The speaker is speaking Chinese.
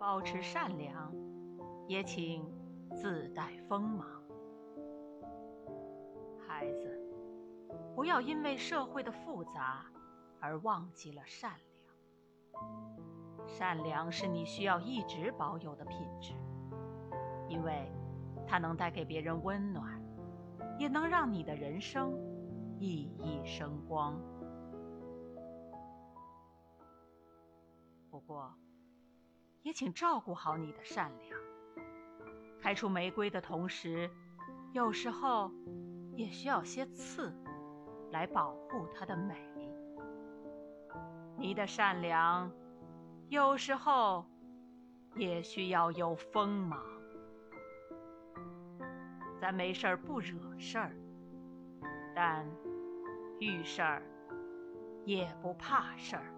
保持善良，也请自带锋芒。孩子，不要因为社会的复杂而忘记了善良。善良是你需要一直保有的品质，因为它能带给别人温暖，也能让你的人生熠熠生光。不过，也请照顾好你的善良。开出玫瑰的同时，有时候也需要些刺，来保护它的美。你的善良，有时候也需要有锋芒。咱没事儿不惹事儿，但遇事儿也不怕事儿。